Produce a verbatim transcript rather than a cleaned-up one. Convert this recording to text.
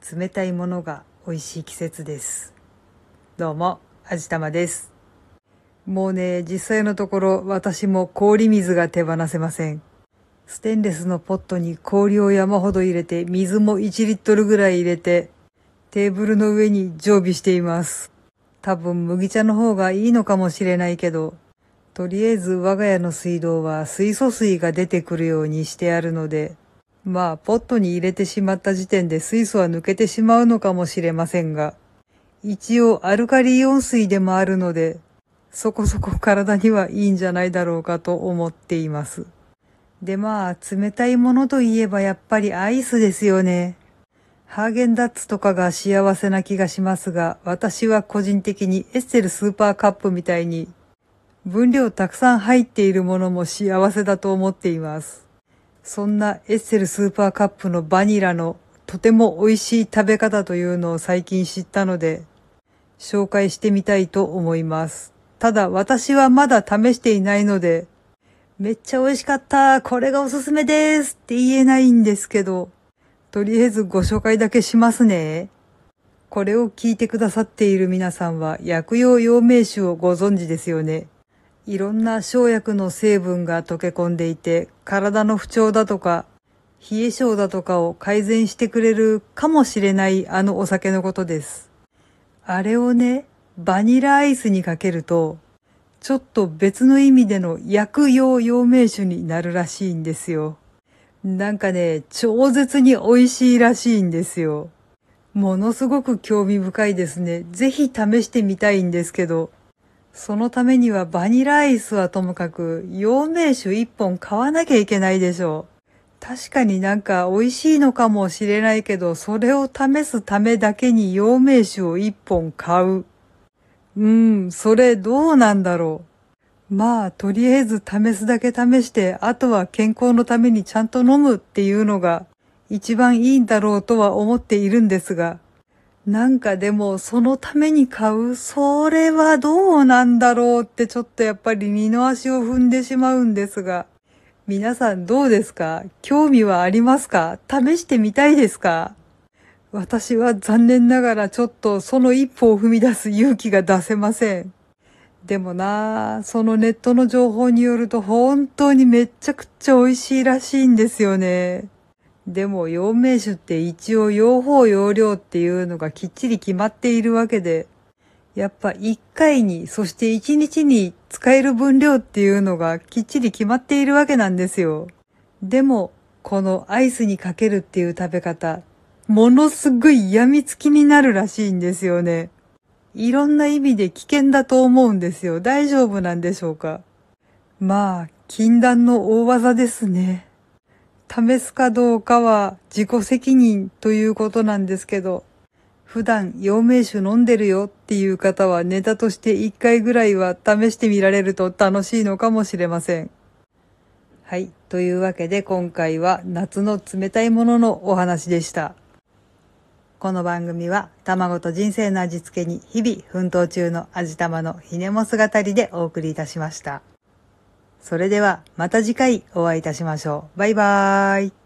冷たいものが美味しい季節です。どうも、あじたまです。もうね、実際のところ私も氷水が手放せません。ステンレスのポットに氷を山ほど入れて、水もいちリットルぐらい入れて、テーブルの上に常備しています。多分麦茶の方がいいのかもしれないけど、とりあえず我が家の水道は水素水が出てくるようにしてあるので、まあ、ポットに入れてしまった時点で水素は抜けてしまうのかもしれませんが、一応アルカリイオン水でもあるので、そこそこ体にはいいんじゃないだろうかと思っています。でまあ、冷たいものといえばやっぱりアイスですよね。ハーゲンダッツとかが幸せな気がしますが、私は個人的にエッセルスーパーカップみたいに、分量たくさん入っているものも幸せだと思っています。そんなエッセルスーパーカップのバニラのとても美味しい食べ方というのを最近知ったので、紹介してみたいと思います。ただ私はまだ試していないので、めっちゃ美味しかった、これがおすすめですって言えないんですけど、とりあえずご紹介だけしますね。これを聞いてくださっている皆さんは薬用養命酒をご存知ですよね。いろんな生薬の成分が溶け込んでいて、体の不調だとか、冷え性だとかを改善してくれるかもしれないあのお酒のことです。あれをね、バニラアイスにかけると、ちょっと別の意味での薬用養命酒になるらしいんですよ。なんかね、超絶に美味しいらしいんですよ。ものすごく興味深いですね。ぜひ試してみたいんですけど、そのためにはバニラアイスはともかく、養命酒一本買わなきゃいけないでしょう。確かになんか美味しいのかもしれないけど、それを試すためだけに養命酒を一本買う。うーん、それどうなんだろう。まあ、とりあえず試すだけ試して、あとは健康のためにちゃんと飲むっていうのが一番いいんだろうとは思っているんですが、なんかでもそのために買う、それはどうなんだろうってちょっとやっぱり二の足を踏んでしまうんですが、皆さんどうですか？興味はありますか？試してみたいですか？私は残念ながらちょっとその一歩を踏み出す勇気が出せません。でもなぁ、そのネットの情報によると本当にめっちゃくちゃ美味しいらしいんですよね。でも養命酒って一応用法用量っていうのがきっちり決まっているわけで、やっぱ一回に、そして一日に使える分量っていうのがきっちり決まっているわけなんですよ。でも、このアイスにかけるっていう食べ方、ものすごい病みつきになるらしいんですよね。いろんな意味で危険だと思うんですよ。大丈夫なんでしょうか？まあ、禁断の大技ですね。試すかどうかは自己責任ということなんですけど、普段養命酒飲んでるよっていう方はネタとして一回ぐらいは試してみられると楽しいのかもしれません。はい。というわけで今回は夏の冷たいもののお話でした。この番組は卵と人生の味付けに日々奮闘中の味玉のひねも姿りでお送りいたしました。それではまた次回お会いいたしましょう。バイバーイ。